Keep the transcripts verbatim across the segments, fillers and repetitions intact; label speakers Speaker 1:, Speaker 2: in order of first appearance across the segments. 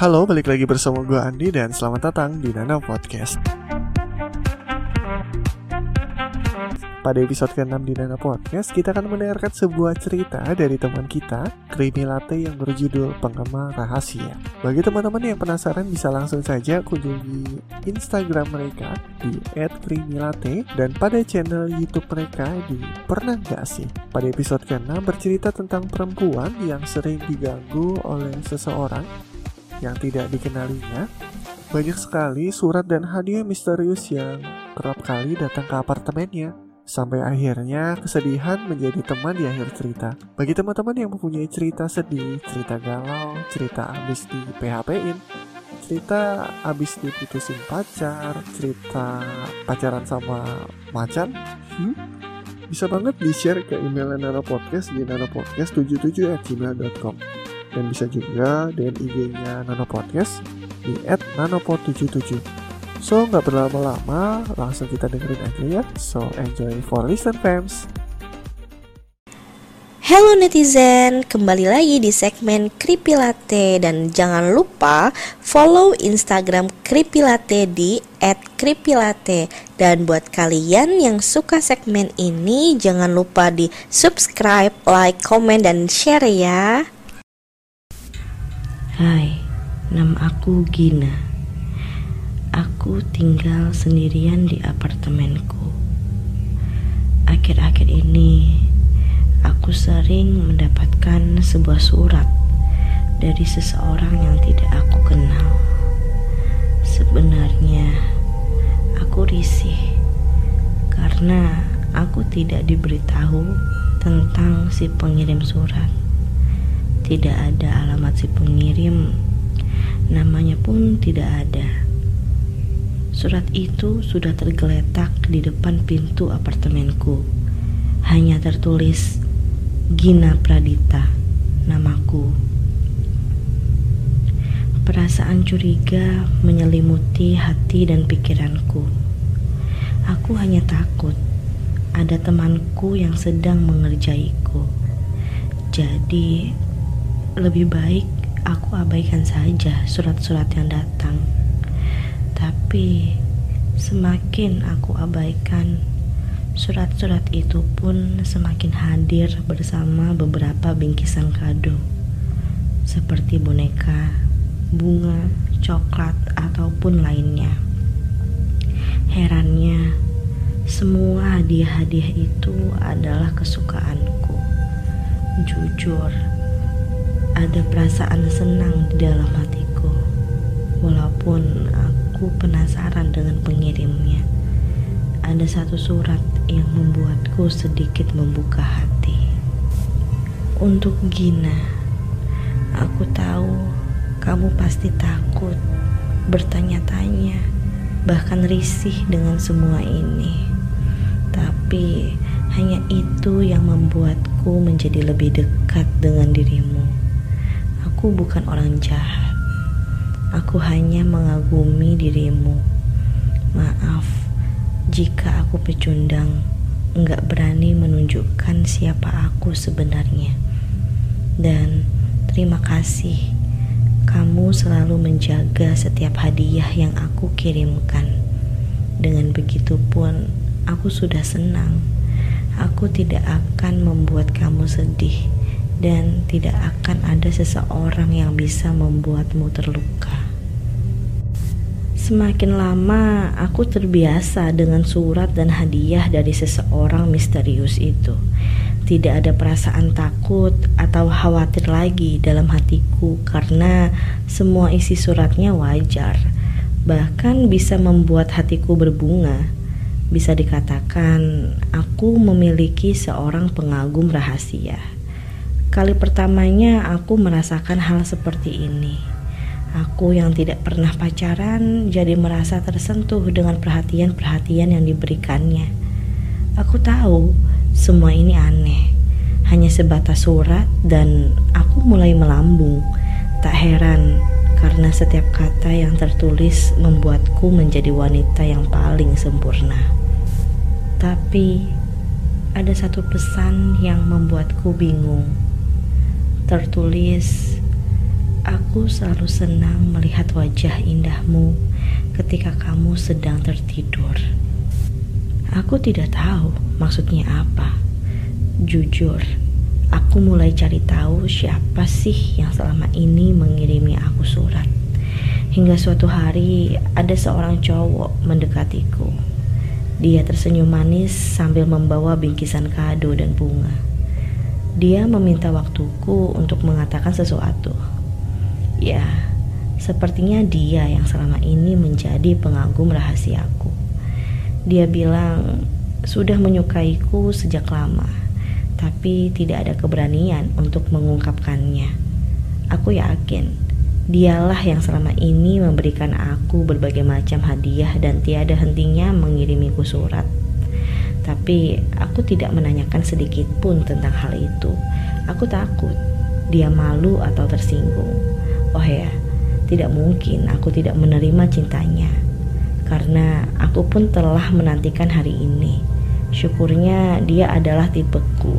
Speaker 1: Halo, balik lagi bersama gue Andi dan selamat datang di Nano Podcast. Pada episode keenam di Nano Podcast, kita akan mendengarkan sebuah cerita dari teman kita, Creamy Latte, yang berjudul Penggemar Rahasia. Bagi teman-teman yang penasaran, bisa langsung saja kunjungi Instagram mereka di et creamy latte dan pada channel YouTube mereka di Pernah Gak Sih. Pada episode keenam bercerita tentang perempuan yang sering diganggu oleh seseorang yang tidak dikenalinya. Banyak sekali surat dan hadiah misterius yang kerap kali datang ke apartemennya. Sampai akhirnya kesedihan menjadi teman di akhir cerita. Bagi teman-teman yang mempunyai cerita sedih, cerita galau, cerita abis di P H P-in, cerita abis diputusin pacar, cerita pacaran sama macan, hmm? bisa banget di-share ke email Nanopodcast di nanopodcast tujuh tujuh at gmail dot com. Dan bisa juga D M I G-nya Nanopodcast di et nanopod tujuh tujuh. So, nggak berlama-lama, langsung kita dengerin aja ya. So, enjoy for listen, fams.
Speaker 2: Hello netizen, kembali lagi di segmen Creepy Latte. Dan jangan lupa follow Instagram Creepy Latte di et creepy latte. Dan buat kalian yang suka segmen ini, jangan lupa di subscribe, like, komen, dan share ya.
Speaker 3: Hai, nama aku Gina. Aku tinggal sendirian di apartemenku. Akhir-akhir ini, aku sering mendapatkan sebuah surat dari seseorang yang tidak aku kenal. Sebenarnya, aku risih karena aku tidak diberitahu tentang si pengirim surat. Tidak ada alamat si pengirim, namanya pun tidak ada. Surat itu sudah tergeletak di depan pintu apartemenku. Hanya tertulis Gina Pradita, namaku. Perasaan curiga menyelimuti hati dan pikiranku. Aku hanya takut ada temanku yang sedang mengerjaiku. Jadi lebih baik aku abaikan saja surat-surat yang datang. Tapi semakin aku abaikan, surat-surat itu pun semakin hadir bersama beberapa bingkisan kado, seperti boneka, bunga, coklat, ataupun lainnya. Herannya, semua hadiah-hadiah itu adalah kesukaanku. Jujur, ada perasaan senang di dalam hatiku, walaupun aku Aku penasaran dengan pengirimnya. Ada satu surat yang membuatku sedikit membuka hati. Untuk Gina, aku tahu kamu pasti takut, bertanya-tanya, bahkan risih dengan semua ini. Tapi hanya itu yang membuatku menjadi lebih dekat dengan dirimu. Aku bukan orang jahat. Aku hanya mengagumi dirimu. Maaf jika aku pecundang, enggak berani menunjukkan siapa aku sebenarnya. Dan terima kasih, kamu selalu menjaga setiap hadiah yang aku kirimkan. Dengan begitu pun, aku sudah senang. Aku tidak akan membuat kamu sedih, dan tidak akan ada seseorang yang bisa membuatmu terluka. Semakin lama aku terbiasa dengan surat dan hadiah dari seseorang misterius itu. Tidak ada perasaan takut atau khawatir lagi dalam hatiku karena semua isi suratnya wajar. Bahkan bisa membuat hatiku berbunga. Bisa dikatakan aku memiliki seorang pengagum rahasia. Kali pertamanya aku merasakan hal seperti ini. Aku yang tidak pernah pacaran jadi merasa tersentuh dengan perhatian-perhatian yang diberikannya. Aku tahu semua ini aneh, hanya sebatas surat, dan aku mulai melambung. Tak heran karena setiap kata yang tertulis membuatku menjadi wanita yang paling sempurna. Tapi ada satu pesan yang membuatku bingung. Tertulis, Aku selalu senang melihat wajah indahmu ketika kamu sedang tertidur. Aku tidak tahu maksudnya apa. Jujur, aku mulai cari tahu siapa sih yang selama ini mengirimi aku surat. Hingga suatu hari ada seorang cowok mendekatiku. Dia tersenyum manis sambil membawa bingkisan kado dan bunga. Dia meminta waktuku untuk mengatakan sesuatu. Ya, sepertinya dia yang selama ini menjadi pengagum rahasiaku. Dia bilang sudah menyukaiku sejak lama, tapi tidak ada keberanian untuk mengungkapkannya. Aku yakin dialah yang selama ini memberikan aku berbagai macam hadiah dan tiada hentinya mengirimiku surat. Tapi aku tidak menanyakan sedikit pun tentang hal itu. Aku takut dia malu atau tersinggung. Oh ya, tidak mungkin aku tidak menerima cintanya, karena aku pun telah menantikan hari ini. Syukurnya dia adalah tipeku.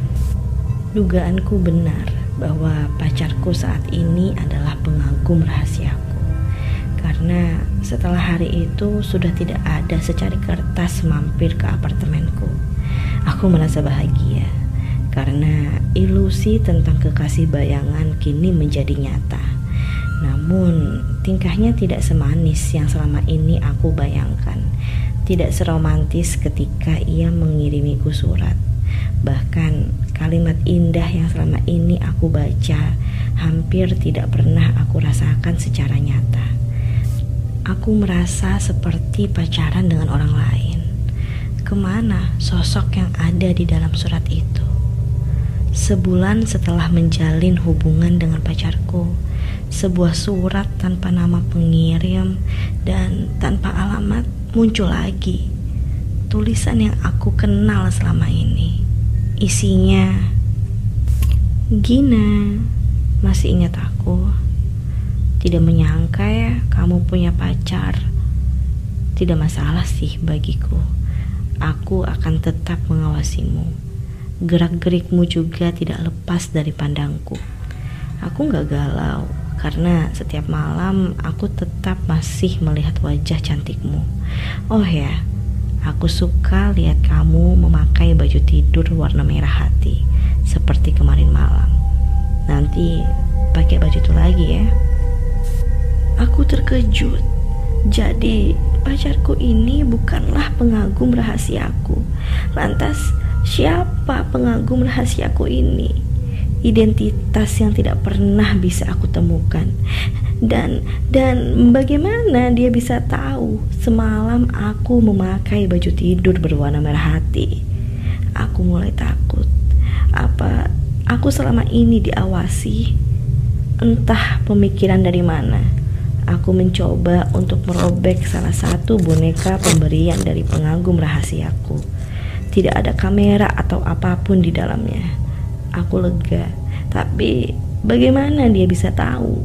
Speaker 3: Dugaanku benar bahwa pacarku saat ini adalah pengagum rahasiaku. Karena setelah hari itu sudah tidak ada secari kertas mampir ke apartemenku. Aku merasa bahagia karena ilusi tentang kekasih bayangan kini menjadi nyata. Namun tingkahnya tidak semanis yang selama ini aku bayangkan. Tidak seromantis ketika ia mengirimiku surat. Bahkan kalimat indah yang selama ini aku baca hampir tidak pernah aku rasakan secara nyata. Aku merasa seperti pacaran dengan orang lain. Kemana sosok yang ada di dalam surat itu? Sebulan setelah menjalin hubungan dengan pacarku, sebuah surat tanpa nama pengirim dan tanpa alamat muncul lagi. Tulisan yang aku kenal selama ini. Isinya, Gina, masih ingat aku? Tidak menyangka ya kamu punya pacar. Tidak masalah sih bagiku. Aku akan tetap mengawasimu. Gerak-gerikmu juga tidak lepas dari pandangku. Aku gak galau karena setiap malam aku tetap masih melihat wajah cantikmu. Oh ya, aku suka lihat kamu memakai baju tidur warna merah hati seperti kemarin malam. Nanti pakai baju itu lagi ya. Aku terkejut. Jadi pacarku ini bukanlah pengagum rahasiaku. Lantas siapa pengagum rahasiaku ini? Identitas yang tidak pernah bisa aku temukan. Dan dan bagaimana dia bisa tahu semalam aku memakai baju tidur berwarna merah hati? Aku mulai takut. Apa aku selama ini diawasi? Entah pemikiran dari mana. Aku mencoba untuk merobek salah satu boneka pemberian dari pengagum rahasiaku. Tidak ada kamera atau apapun di dalamnya. Aku lega, tapi bagaimana dia bisa tahu?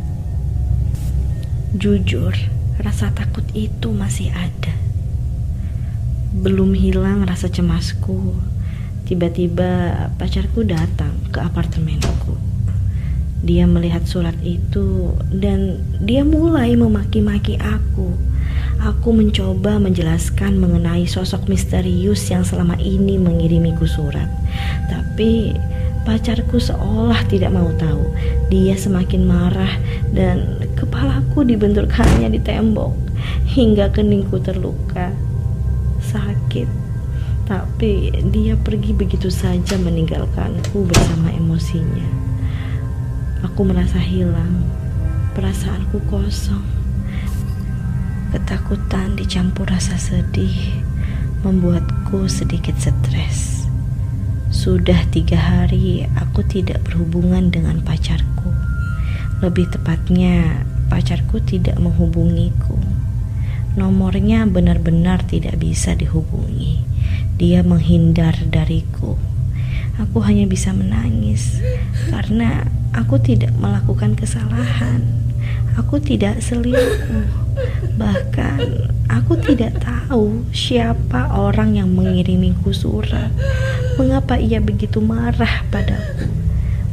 Speaker 3: Jujur, rasa takut itu masih ada. Belum hilang rasa cemasku. Tiba-tiba pacarku datang ke apartemenku. Dia melihat surat itu dan dia mulai memaki-maki aku. Aku mencoba menjelaskan mengenai sosok misterius yang selama ini mengirimiku surat. Tapi pacarku seolah tidak mau tahu. Dia semakin marah dan kepalaku dibenturkannya di tembok hingga keningku terluka. Sakit. Tapi dia pergi begitu saja meninggalkanku bersama emosinya. Aku merasa hilang, perasaanku kosong. Ketakutan dicampur rasa sedih membuatku sedikit stres. Sudah tiga hari aku tidak berhubungan dengan pacarku. Lebih tepatnya, pacarku tidak menghubungiku. Nomornya benar-benar tidak bisa dihubungi. Dia menghindar dariku. Aku hanya bisa menangis karena aku tidak melakukan kesalahan. Aku tidak selingkuh. Bahkan aku tidak tahu siapa orang yang mengirimiku surat. Mengapa ia begitu marah padaku?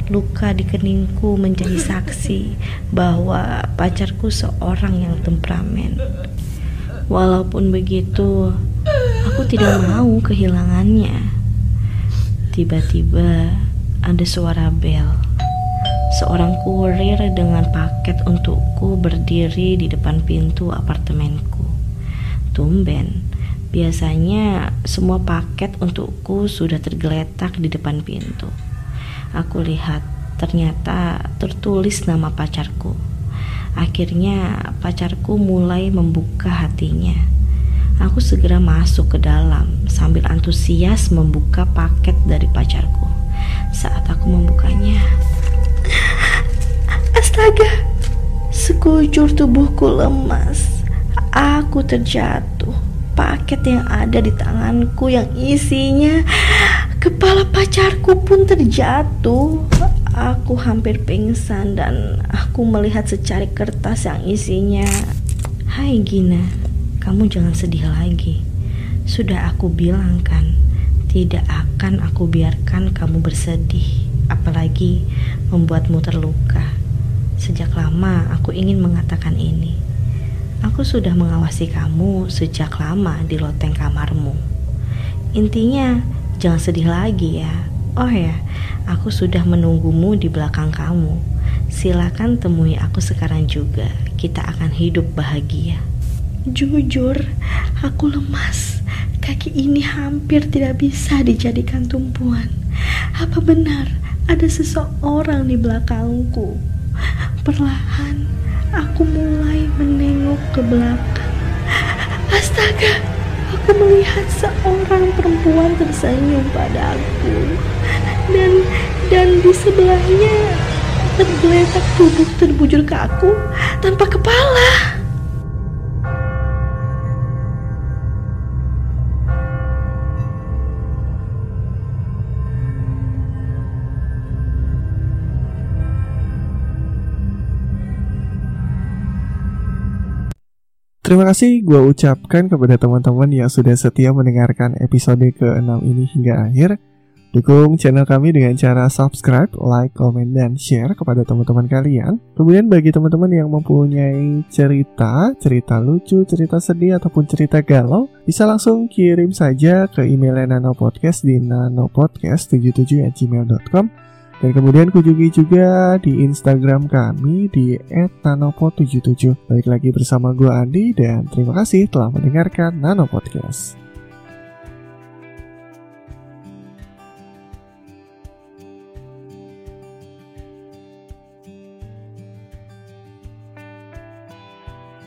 Speaker 3: luka di keningku menjadi saksi bahwa pacarku seorang yang temperamen. Walaupun begitu, aku tidak mau kehilangannya. Tiba-tiba ada suara bel. Seorang kurir dengan paket untukku berdiri di depan pintu apartemenku. Tumben, biasanya semua paket untukku sudah tergeletak di depan pintu. Aku lihat ternyata tertulis nama pacarku. Akhirnya pacarku mulai membuka hatinya. Aku segera masuk ke dalam sambil antusias membuka paket dari pacarku. Saat aku membukanya, astaga, sekujur tubuhku lemas. Aku terjatuh. Paket yang ada di tanganku yang isinya kepala pacarku pun terjatuh. Aku hampir pingsan dan aku melihat secari kertas yang isinya, "Hai Gina, kamu jangan sedih lagi. Sudah aku bilang kan, tidak akan aku biarkan kamu bersedih, apalagi membuatmu terluka. Sejak lama aku ingin mengatakan ini. Aku sudah mengawasi kamu sejak lama di loteng kamarmu. Intinya, jangan sedih lagi ya. Oh ya, aku sudah menunggumu di belakang kamu. Silakan temui aku sekarang juga. Kita akan hidup bahagia." Jujur, aku lemas. Kaki ini hampir tidak bisa dijadikan tumpuan. Apa benar ada seseorang di belakangku? Perlahan aku mulai menengok ke belakang. Astaga, aku melihat seorang perempuan tersenyum padaku. Dan dan di sebelahnya tergeletak tubuh terbujur kaku tanpa kepala.
Speaker 1: Terima kasih gue ucapkan kepada teman-teman yang sudah setia mendengarkan episode keenam ini hingga akhir. Dukung channel kami dengan cara subscribe, like, komen, dan share kepada teman-teman kalian. Kemudian bagi teman-teman yang mempunyai cerita, cerita lucu, cerita sedih, ataupun cerita galau, bisa langsung kirim saja ke email nanopodcast di nanopodcast tujuh tujuh at gmail dot com. Dan kemudian kunjungi juga di Instagram kami di et nanopod tujuh tujuh. Balik lagi bersama gue Andi dan terima kasih telah mendengarkan Nano Podcast.